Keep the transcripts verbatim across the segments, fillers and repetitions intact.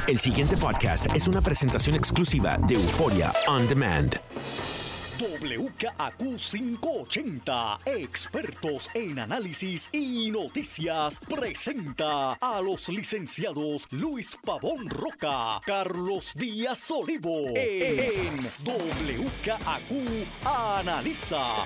El siguiente podcast es una presentación exclusiva de Euforia On Demand. W K A Q quinientos ochenta, expertos en análisis y noticias, presenta a los licenciados Luis Pavón Roca, Carlos Díaz Olivo, en W K A Q Analiza.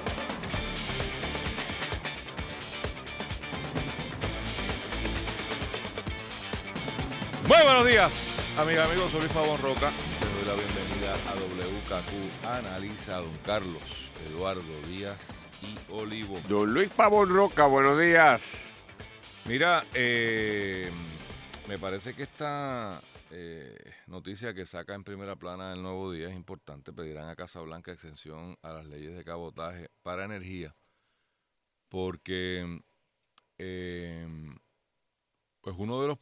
Muy buenos días, amigas y amigos, soy Luis Pavón Roca. Les doy la bienvenida a W K Q Analiza, don Carlos Eduardo Díaz y Olivo. Don Luis Pavón Roca, buenos días. Mira, eh, me parece que esta eh, noticia que saca en primera plana el Nuevo Día es importante. Pedirán a Casablanca exención a las leyes de cabotaje para energía, porque eh, pues uno de los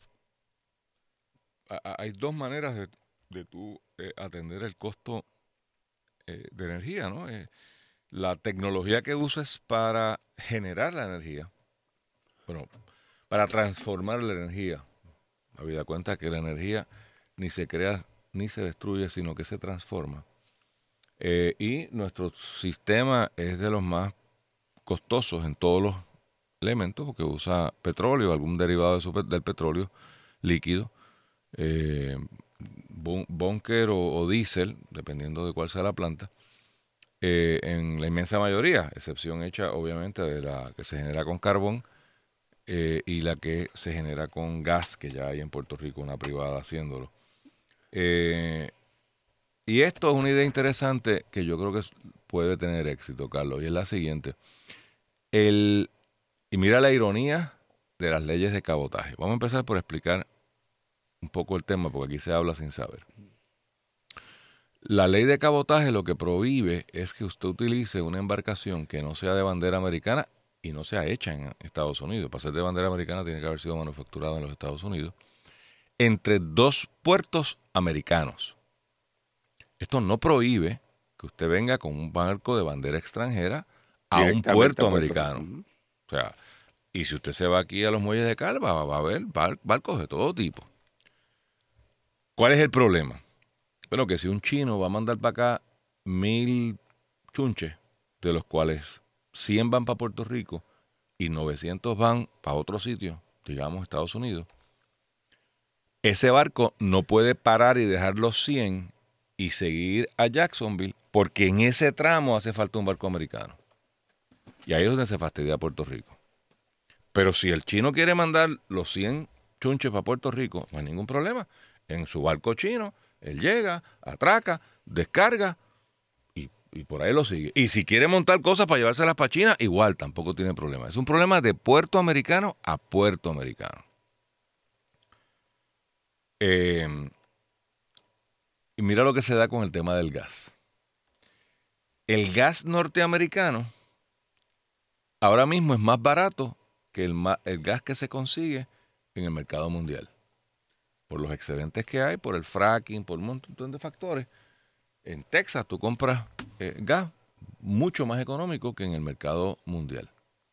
hay dos maneras de, de tú eh, atender el costo eh, de energía, ¿no? Eh, la tecnología que uses para generar la energía, bueno, para transformar la energía. Habida cuenta que la energía ni se crea ni se destruye, sino que se transforma. Eh, y nuestro sistema es de los más costosos en todos los elementos, porque usa petróleo, algún derivado de su, del petróleo líquido. Eh, búnker o, o diésel, dependiendo de cuál sea la planta, eh, en la inmensa mayoría, excepción hecha obviamente de la que se genera con carbón eh, y la que se genera con gas, que ya hay en Puerto Rico una privada haciéndolo. Eh, y esto es una idea interesante que yo creo que puede tener éxito, Carlos, y es la siguiente. El, y mira la ironía de las leyes de cabotaje. Vamos a empezar por explicar un poco el tema, porque aquí se habla sin saber. La ley de cabotaje lo que prohíbe es que usted utilice una embarcación que no sea de bandera americana y no sea hecha en Estados Unidos. Para ser de bandera americana tiene que haber sido manufacturada en los Estados Unidos, entre dos puertos americanos. Esto no prohíbe que usted venga con un barco de bandera extranjera a un puerto americano. Uh-huh. O sea, y si usted se va aquí a los muelles de Calva, va a haber bar- barcos de todo tipo. ¿Cuál es el problema? Bueno, que si un chino va a mandar para acá mil chunches, de los cuales cien van para Puerto Rico y novecientos van para otro sitio, digamos Estados Unidos, ese barco no puede parar y dejar los cien y seguir a Jacksonville, porque en ese tramo hace falta un barco americano. Y ahí es donde se fastidia Puerto Rico. Pero si el chino quiere mandar los cien chunches para Puerto Rico, no hay ningún problema. En su barco chino, él llega, atraca, descarga y, y por ahí lo sigue. Y si quiere montar cosas para llevárselas para China, igual tampoco tiene problema. Es un problema de puerto americano a puerto americano. Eh, y mira lo que se da con el tema del gas. El gas norteamericano ahora mismo es más barato que el, el gas que se consigue en el mercado mundial. Por los excedentes que hay, por el fracking, por un montón de factores. En Texas tú compras eh, gas mucho más económico que en el mercado mundial.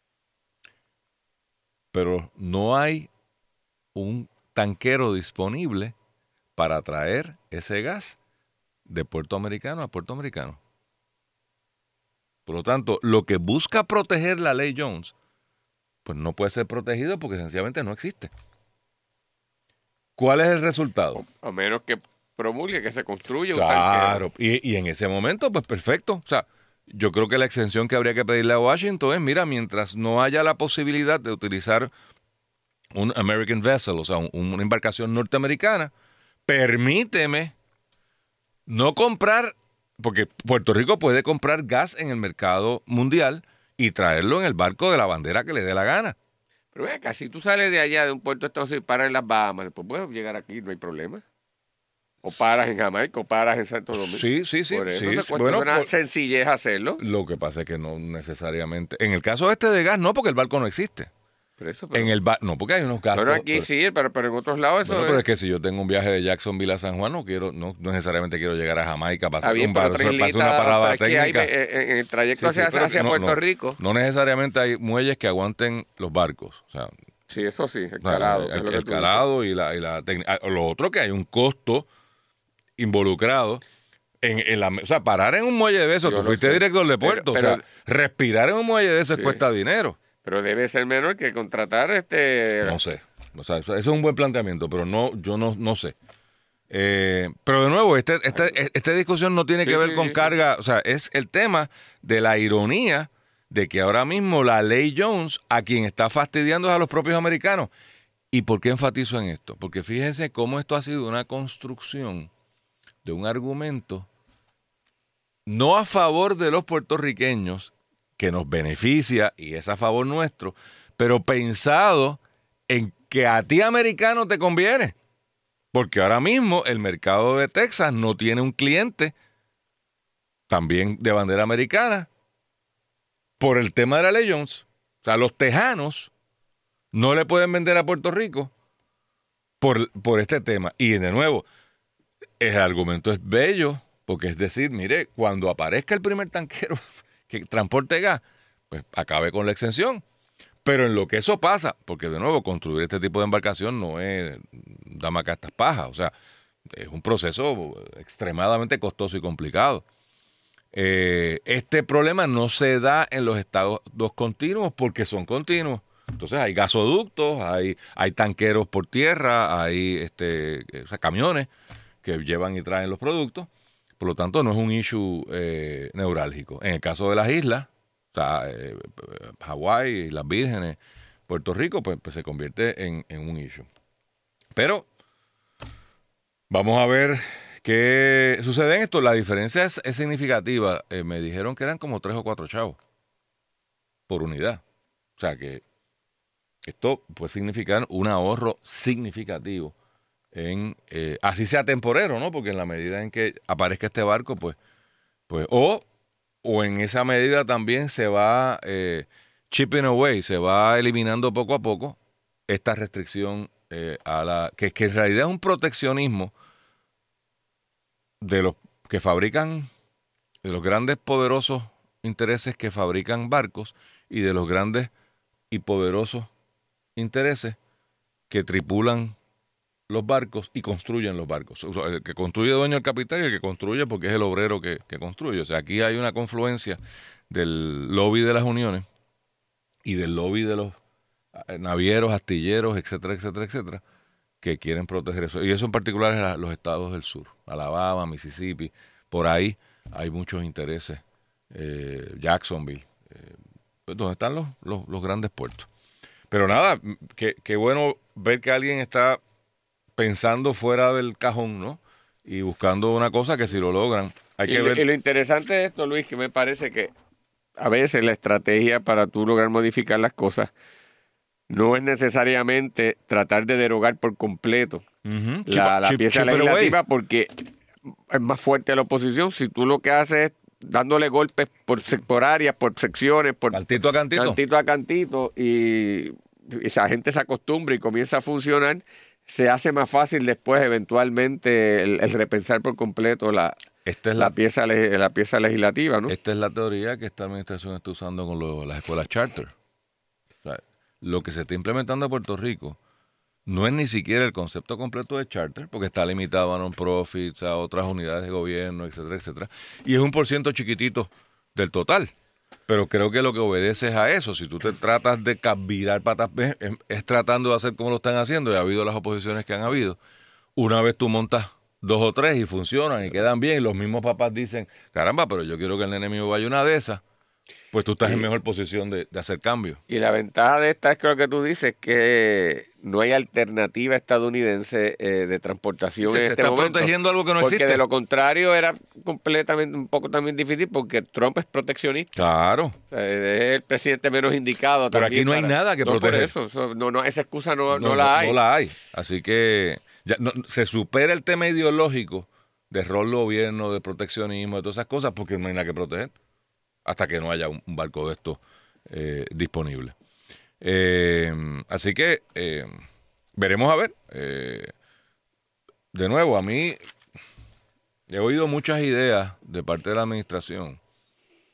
Pero no hay un tanquero disponible para traer ese gas de puerto americano a puerto americano. Por lo tanto, lo que busca proteger la ley Jones, pues no puede ser protegido porque sencillamente no existe. ¿Cuál es el resultado? A menos que promulgue, que se construya un Claro, tanquero. y, y en ese momento, pues perfecto. O sea, yo creo que la exención que habría que pedirle a Washington es, mira, mientras no haya la posibilidad de utilizar un American vessel, o sea, un, una embarcación norteamericana, permíteme no comprar, porque Puerto Rico puede comprar gas en el mercado mundial y traerlo en el barco de la bandera que le dé la gana. Pero ven acá, si tú sales de allá, de un puerto de Estados Unidos y paras en las Bahamas, después puedes llegar aquí, no hay problema. O paras en Jamaica, o paras en Santo Domingo. Sí, sí, sí. Por eso sí, te sí. cuesta Bueno, una por, sencillez hacerlo. Lo que pasa es que no necesariamente. En el caso este de gas, no, porque el barco no existe. Por eso, pero, en el bar, no, porque hay unos gastos. Pero aquí pero, sí, pero, pero en otros lados eso bueno, es. Pero es que si yo tengo un viaje de Jacksonville a San Juan, no quiero, no, no necesariamente quiero llegar a Jamaica para hacer, bien, un, para hacer una parada pero es técnica. Que hay, en el trayecto sí, sí, hacia, hacia no, Puerto no, Rico. No necesariamente hay muelles que aguanten los barcos. O sea, Sí, eso sí, el O sea, calado. que es el, lo que el tú calado y la, y la técnica. Lo otro que hay un costo involucrado en, en la... O sea, parar en un muelle de eso, Yo tú lo fuiste sé. director de Pero- puerto, pero- o sea, respirar en un muelle de eso Sí. cuesta dinero. dices. Pero debe ser menor que contratar este... No sé. O sea, eso, eso es un buen planteamiento, pero no, yo no, no sé. Eh, pero de nuevo, este, este, esta discusión no tiene Sí, que ver sí, con sí, sí. carga, o sea, es el tema de la ironía de que ahora mismo la ley Jones a quien está fastidiando es a los propios americanos. ¿Y por qué enfatizo en esto? Porque fíjense cómo esto ha sido una construcción de un argumento no a favor de los puertorriqueños, que nos beneficia y es a favor nuestro, pero pensado en que a ti americano te conviene. Porque ahora mismo el mercado de Texas no tiene un cliente también de bandera americana por el tema de la ley Jones. O sea, los tejanos no le pueden vender a Puerto Rico por, por este tema. Y de nuevo, el argumento es bello, porque es decir, mire, cuando aparezca el primer tanquero que transporte gas, pues acabe con la exención. Pero en lo que eso pasa, porque de nuevo, construir este tipo de embarcación no es dame acá estas pajas, o sea, es un proceso extremadamente costoso y complicado. Eh, este problema no se da en los estados continuos porque son continuos. Entonces hay gasoductos, hay, hay tanqueros por tierra, hay este, o sea, camiones que llevan y traen los productos. Por lo tanto, no es un issue eh, neurálgico. En el caso de las islas, o sea, eh, Hawái, las Vírgenes, Puerto Rico, pues, pues se convierte en, en un issue. Pero vamos a ver qué sucede en esto. La diferencia es, es significativa. Eh, me dijeron que eran como tres o cuatro chavos por unidad. O sea que esto puede significar un ahorro significativo en eh, así sea temporero, ¿no? Porque en la medida en que aparezca este barco, pues, pues, o, o en esa medida también se va eh, chipping away, se va eliminando poco a poco esta restricción eh, a la que, que en realidad es un proteccionismo de los que fabrican, de los grandes poderosos intereses que fabrican barcos y de los grandes y poderosos intereses que tripulan los barcos y construyen los barcos. O sea, el que construye dueño del capital y el que construye porque es el obrero que, que construye. O sea, aquí hay una confluencia del lobby de las uniones y del lobby de los navieros, astilleros, etcétera, etcétera, etcétera, que quieren proteger eso. Y eso en particular es los estados del sur, Alabama, Mississippi, por ahí hay muchos intereses, eh, Jacksonville, eh, donde están los, los, los grandes puertos. Pero nada, qué, qué bueno ver que alguien está pensando fuera del cajón, ¿no? Y buscando una cosa que si lo logran, hay y, que ver. Y lo interesante de esto, Luis, que me parece que a veces la estrategia para tú lograr modificar las cosas no es necesariamente tratar de derogar por completo Uh-huh. la, Chip, la chip, pieza chip legislativa porque es más fuerte la oposición si tú lo que haces es dándole golpes por, por áreas, por secciones, por cantito a cantito. cantito a cantito y esa gente se acostumbra y comienza a funcionar, se hace más fácil después eventualmente el, el repensar por completo la, Esta es la, la, pieza, la pieza legislativa, ¿no? esta es la teoría que esta administración está usando con lo, las escuelas charter. O sea, lo que se está implementando en Puerto Rico no es ni siquiera el concepto completo de charter, porque está limitado a non-profits, a otras unidades de gobierno, etcétera, etcétera. Y es un por ciento chiquitito del total. Pero creo que lo que obedece es a eso. Si tú te tratas de virar patas, es, es tratando de hacer como lo están haciendo, y ha habido las oposiciones que han habido. Una vez tú montas dos o tres y funcionan y quedan bien, y los mismos papás dicen, caramba, pero yo quiero que el nene mío vaya a una de esas, pues tú estás Sí. en mejor posición de, de hacer cambios. Y la ventaja de esta es que lo que tú dices, que no hay alternativa estadounidense eh, de transportación Se, en se este está momento. protegiendo algo que no porque existe. de lo contrario era completamente un poco también difícil porque Trump es proteccionista. Claro. O sea, es el presidente menos indicado. Pero también aquí no hay para- nada que no, proteger. Por eso, eso, no, no, esa excusa no, no, no la hay. No la hay. Así que ya, no, se supera el tema ideológico de rol de gobierno, de proteccionismo, de todas esas cosas, porque no hay nada que proteger hasta que no haya un, un barco de estos eh, disponible. Eh, así que eh, veremos a ver. Eh, de nuevo, a mí he oído muchas ideas de parte de la administración,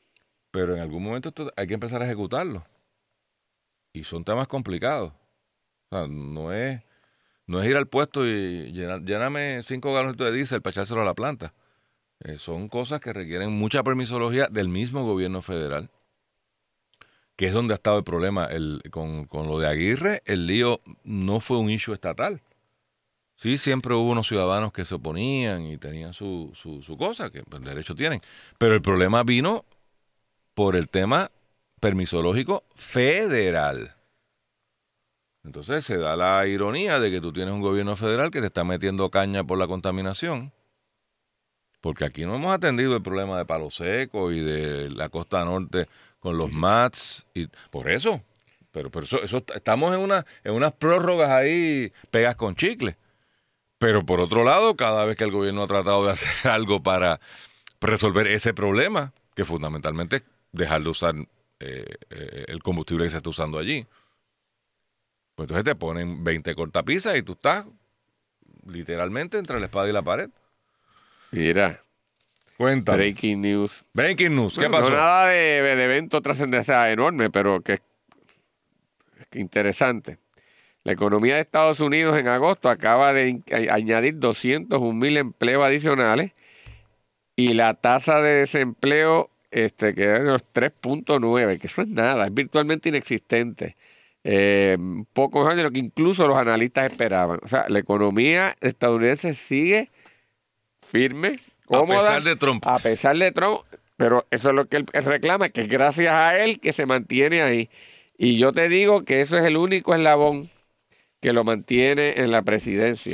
pero en algún momento esto hay que empezar a ejecutarlo. Y son temas complicados. O sea, no es, no es ir al puesto y llenar, lléname cinco galones de diésel para echárselo a la planta. Eh, son cosas que requieren mucha permisología del mismo gobierno federal, que es donde ha estado el problema. El, con, con lo de Aguirre, el lío no fue un issue estatal. Sí, siempre hubo unos ciudadanos que se oponían y tenían su, su, su cosa, que pues, derecho tienen. Pero el problema vino por el tema permisológico federal. Entonces se da la ironía de que tú tienes un gobierno federal que te está metiendo caña por la contaminación, porque aquí no hemos atendido el problema de Palo Seco y de la costa norte con los M A T S, y por eso, pero, pero eso, eso estamos en, una, en unas prórrogas ahí pegas con chicle. Pero por otro lado, cada vez que el gobierno ha tratado de hacer algo para resolver ese problema, que fundamentalmente es dejar de usar eh, eh, el combustible que se está usando allí, pues entonces te ponen veinte cortapisas y tú estás literalmente entre la espada y la pared. Mira, Cuéntame. breaking news. Breaking news, ¿qué Bueno, pasó? No nada de, de evento trascendental enorme, pero que, que interesante. La economía de Estados Unidos en agosto acaba de in- a- añadir doscientos un mil empleos adicionales y la tasa de desempleo este, que es de los tres punto nueve, que eso es nada, es virtualmente inexistente. Eh, un poco mejor de lo que incluso los analistas esperaban. O sea, la economía estadounidense sigue firme, cómoda, A pesar de Trump. a pesar de Trump, pero eso es lo que él, él reclama, que es gracias a él que se mantiene ahí. Y yo te digo que eso es el único eslabón que lo mantiene en la presidencia.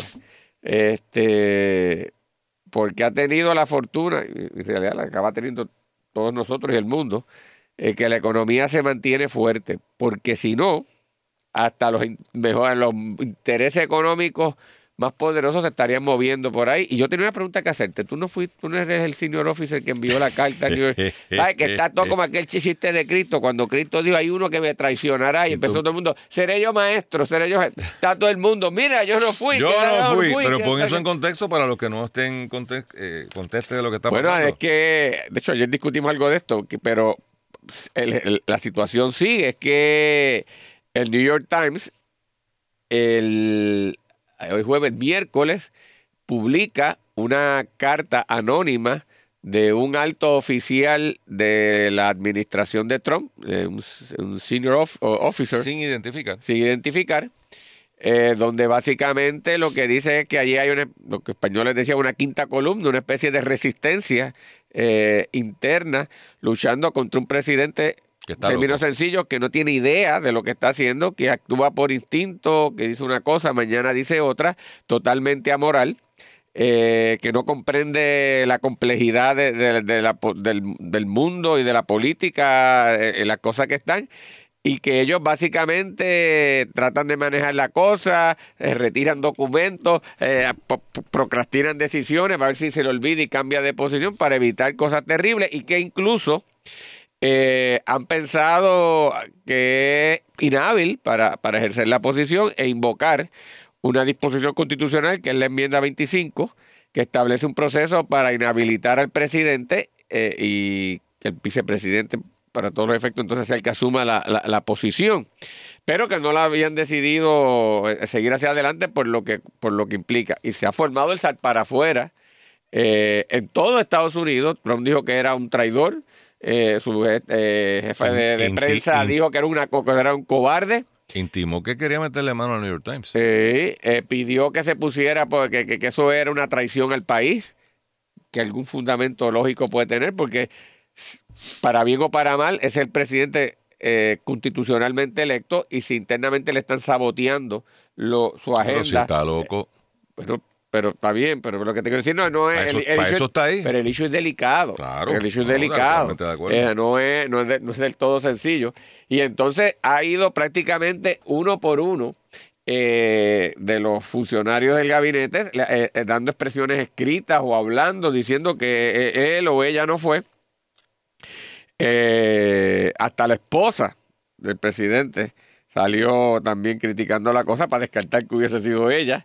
Este, porque ha tenido la fortuna, y en realidad la acaba teniendo todos nosotros y el mundo, eh, que la economía se mantiene fuerte. Porque si no, hasta los, in- mejor, los intereses económicos más poderosos se estarían moviendo por ahí. Y yo tenía una pregunta que hacerte. Tú no fuiste, tú no eres el senior officer que envió la carta a New York. ¿Sabes? Que está todo como aquel chiste de Cristo, cuando Cristo dijo, hay uno que me traicionará, y empezó todo el mundo, seré yo maestro, seré yo... Está todo el mundo, mira, yo no fui. Yo que no fui, pero que- pon eso en contexto para los que no estén en context, eh, conteste de lo que está Bueno, pasando. es que, de hecho, ayer discutimos algo de esto, que- pero el- el- la situación sigue, es que el New York Times, el, hoy jueves, miércoles, publica una carta anónima de un alto oficial de la administración de Trump, eh, un, un senior of- officer, Sin identificar. sin identificar, eh, donde básicamente lo que dice es que allí hay una, lo que españoles decían, una quinta columna, una especie de resistencia eh, interna, luchando contra un presidente, Que en está términos loco. sencillos, que no tiene idea de lo que está haciendo, que actúa por instinto, que dice una cosa, mañana dice otra, totalmente amoral. Eh, que no comprende la complejidad de, de- de la po- del, del mundo y de la política, eh, las cosas que están, y que ellos básicamente tratan de manejar la cosa, eh, retiran documentos, eh, po- po- procrastinan decisiones para ver si se le olvida y cambia de posición para evitar cosas terribles, y que incluso eh, han pensado que es inhábil para, para ejercer la posición e invocar una disposición constitucional, que es la enmienda veinticinco, que establece un proceso para inhabilitar al presidente eh, y que el vicepresidente, para todos los efectos, entonces sea el que asuma la, la, la posición, pero que no la habían decidido eh, seguir hacia adelante por lo que, por lo que implica. Y se ha formado el sal para afuera eh, en todo Estados Unidos. Trump dijo que era un traidor, eh, su eh, jefe de, de Inti- prensa in- dijo que era, una, que era un cobarde. Intimó que quería meterle mano al New York Times. Sí, eh, pidió que se pusiera, porque que, que eso era una traición al país, que algún fundamento lógico puede tener, porque s- para bien o para mal es el presidente eh, constitucionalmente electo, y si internamente le están saboteando lo, su agenda. Pero si está loco. Bueno, pero está bien, pero lo que te quiero decir no, no es... Para eso- el, el para issue- eso está ahí. Pero el issue es delicado. Claro. El issue es No, delicado. totalmente de acuerdo. Eh, no, es, no, es de- no es del todo sencillo. Y entonces ha ido prácticamente uno por uno eh, de los funcionarios del gabinete eh, eh, dando expresiones escritas o hablando, diciendo que eh, él o ella no fue. Eh, hasta la esposa del presidente salió también criticando la cosa para descartar que hubiese sido ella.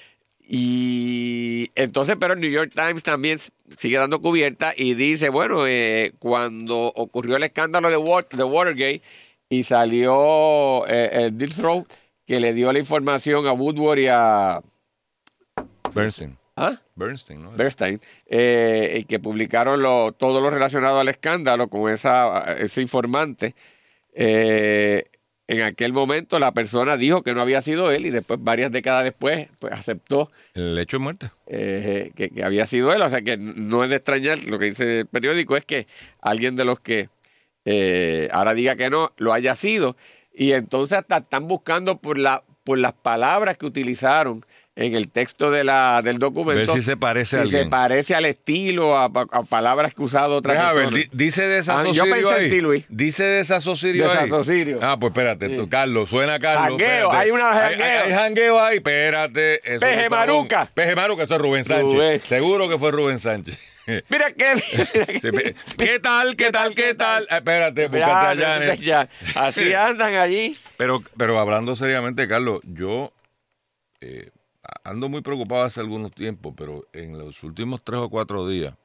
Y entonces, pero el New York Times también sigue dando cubierta y dice, bueno, eh, cuando ocurrió el escándalo de, Wat- de Watergate y salió eh, el Deep Throat, que le dio la información a Woodward y a Bernstein. ¿Ah? Bernstein, ¿no? Bernstein, eh, y que publicaron lo, todo lo relacionado al escándalo con esa, ese informante. Eh, en aquel momento la persona dijo que no había sido él y después, varias décadas después, pues aceptó El hecho de muerte. eh, que, que había sido él. O sea que no es de extrañar, lo que dice el periódico es que alguien de los que eh, ahora diga que no, lo haya sido. Y entonces hasta están buscando por, la, por las palabras que utilizaron en el texto de la, del documento. Ver si se parece si a alguien. se parece al estilo, a, a palabras que ha usado otra Deja persona. ver, di- dice de Ah, yo Sosirio pensé ahí. en ti, Luis. Dice de Sosirio De ahí. Sosirio. Ah, pues espérate, Sí. tú, Carlos, suena Carlos. Jangueo, espérate. hay una Hay, jangueo. hay- hay jangueo ahí, espérate. eso Peje es un pavón. Maruca. Peje Maruca, eso es Rubén Sánchez. Rubén. Seguro que fue Rubén Sánchez. Mira que... Sí, pe- ¿Qué tal, qué tal, qué tal? Ah, espérate, búscate Ya, a Janet. ya. Así andan allí. Pero, pero hablando seriamente, Carlos, yo eh, ando muy preocupado hace algunos tiempos, pero en los últimos tres o cuatro días,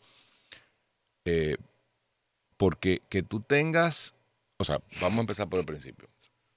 eh, porque que tú tengas, o sea, vamos a empezar por el principio.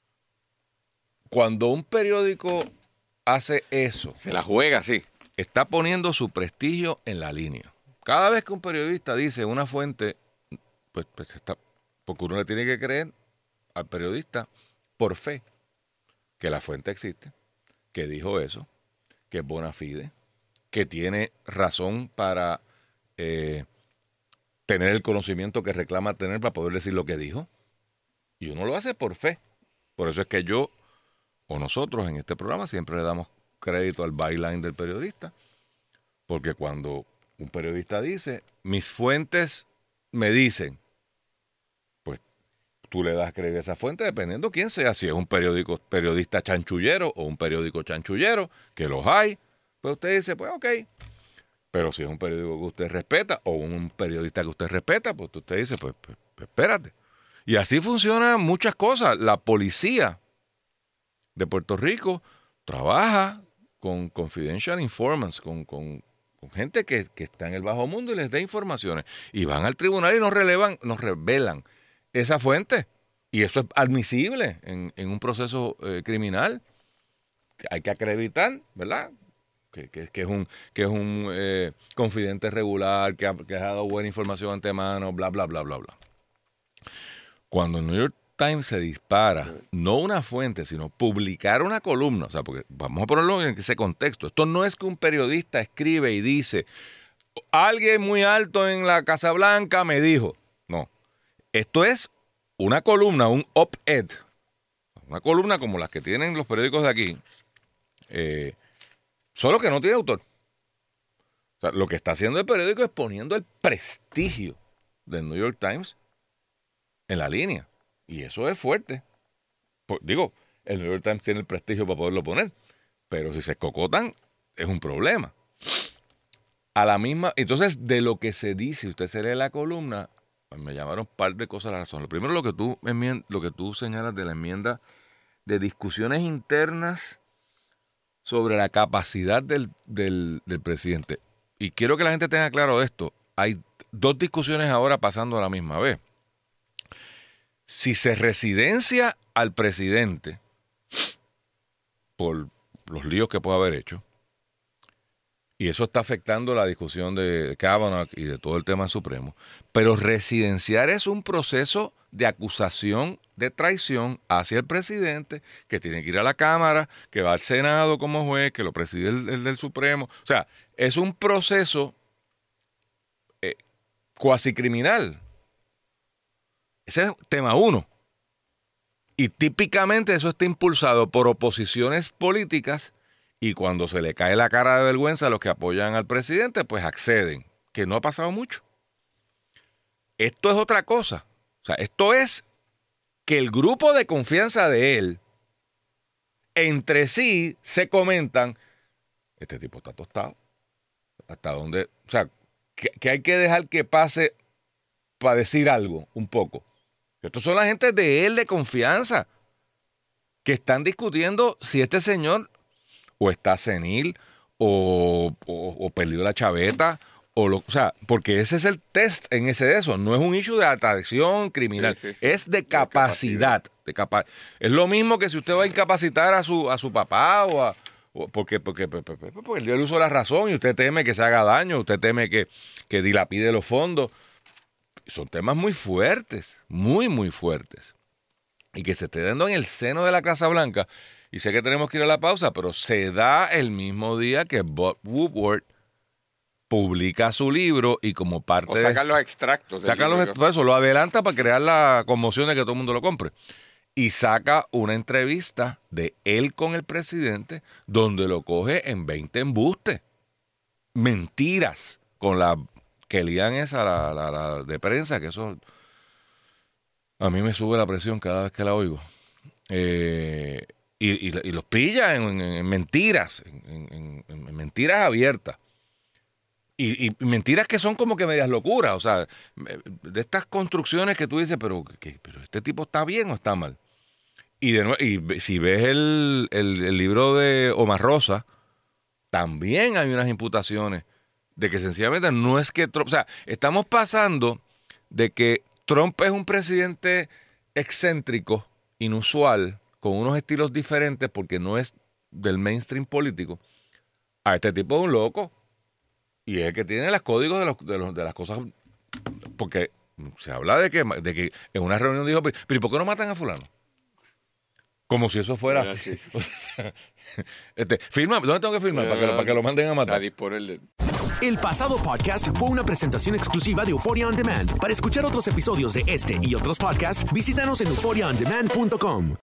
Cuando un periódico hace eso, Se la juega, sí. está poniendo su prestigio en la línea. Cada vez que un periodista dice una fuente, pues, pues está, porque uno le tiene que creer al periodista por fe que la fuente existe, que dijo eso, que es bona fide, que tiene razón para eh, tener el conocimiento que reclama tener para poder decir lo que dijo. Y uno lo hace por fe. Por eso es que yo o nosotros en este programa siempre le damos crédito al byline del periodista, porque cuando un periodista dice, mis fuentes me dicen, pues tú le das crédito a esa fuente dependiendo quién sea, si es un periódico periodista chanchullero o un periódico chanchullero, que los hay, pues usted dice, pues ok. Pero si es un periódico que usted respeta o un periodista que usted respeta, pues usted dice, pues, pues, pues espérate. Y así funcionan muchas cosas. La policía de Puerto Rico trabaja con confidential informants, con, con, con gente que, que está en el bajo mundo y les da informaciones. Y van al tribunal y nos relevan, nos revelan esa fuente. Y eso es admisible en, en un proceso eh, criminal. Hay que acreditar, ¿verdad? Que, que, que es un, que es un eh, confidente regular, que ha, que ha dado buena información antemano, bla, bla, bla, bla, bla. Cuando el New York Times se dispara, no una fuente, sino publicar una columna, o sea, porque vamos a ponerlo en ese contexto. Esto no es que un periodista escribe y dice, alguien muy alto en la Casa Blanca me dijo. No. Esto es una columna, un op-ed, una columna como las que tienen los periódicos de aquí, eh, solo que no tiene autor. O sea, lo que está haciendo el periódico es poniendo el prestigio del New York Times en la línea. Y eso es fuerte. Pues, digo, el New York Times tiene el prestigio para poderlo poner. Pero si se escocotan, es un problema. A la misma... Entonces, de lo que se dice, usted se lee la columna, pues me llamaron un par de cosas a la razón. Lo primero, lo que tú, enmien- lo que tú señalas de la enmienda de discusiones internas sobre la capacidad del, del, del presidente. Y quiero que la gente tenga claro esto. Hay dos discusiones ahora pasando a la misma vez. Si se residencia al presidente por los líos que puede haber hecho, y eso está afectando la discusión de Kavanaugh y de todo el tema supremo, pero residenciar es un proceso de acusación de traición hacia el presidente, que tiene que ir a la Cámara, que va al Senado como juez, que lo preside el, el del Supremo. O sea, es un proceso eh, cuasi criminal. Ese es tema uno. Y típicamente eso está impulsado por oposiciones políticas y cuando se le cae la cara de vergüenza a los que apoyan al presidente, pues acceden, que no ha pasado mucho. Esto es otra cosa. O sea, esto es que el grupo de confianza de él entre sí se comentan, este tipo está tostado. Hasta dónde, o sea, que, que hay que dejar que pase para decir algo un poco. Estos son la gente de él de confianza que están discutiendo si este señor o está senil o, o, o perdió la chaveta o lo, o sea, porque ese es el test en ese de eso, no es un issue de atracción criminal, Sí, sí, sí. es de De capacidad, de capa es lo mismo que si usted va a incapacitar a su a su papá o a o porque porque porque, porque, porque él uso la razón y usted teme que se haga daño, usted teme que que dilapide los fondos. Son temas muy fuertes, muy muy fuertes. Y que se esté dando en el seno de la Casa Blanca, y sé que tenemos que ir a la pausa, pero se da el mismo día que Bob Woodward publica su libro y como parte O de... sacan los extractos. del Sacan los libro. extractos, eso lo adelanta para crear la conmoción de que todo el mundo lo compre. Y saca una entrevista de él con el presidente donde lo coge en veinte embustes. Mentiras con la que lían esa, la, la, la de prensa, que eso... A mí me sube la presión cada vez que la oigo. Eh, y, y, y los pilla en, en, en mentiras, en, en, en mentiras abiertas. Y, y mentiras que son como que medias locuras. O sea, de estas construcciones que tú dices, pero, ¿qué, pero este tipo está bien o está mal? Y, de nuevo, y si ves el, el, el libro de Omar Rosa, también hay unas imputaciones de que sencillamente no es que Trump... O sea, estamos pasando de que Trump es un presidente excéntrico, inusual, con unos estilos diferentes porque no es del mainstream político, a este tipo de un loco. Y es el que tiene los códigos de, los, de, los, de las cosas. Porque se habla de que, de que en una reunión dijo, pero ¿y por qué no matan a fulano? Como si eso fuera Mira, así. sí. O sea, este, firma, ¿dónde tengo que firmar? Para que, para que lo manden a A matar. disponerle. El pasado podcast fue una presentación exclusiva de Euphoria On Demand. Para escuchar otros episodios de este y otros podcasts, visítanos en euphoria on demand punto com.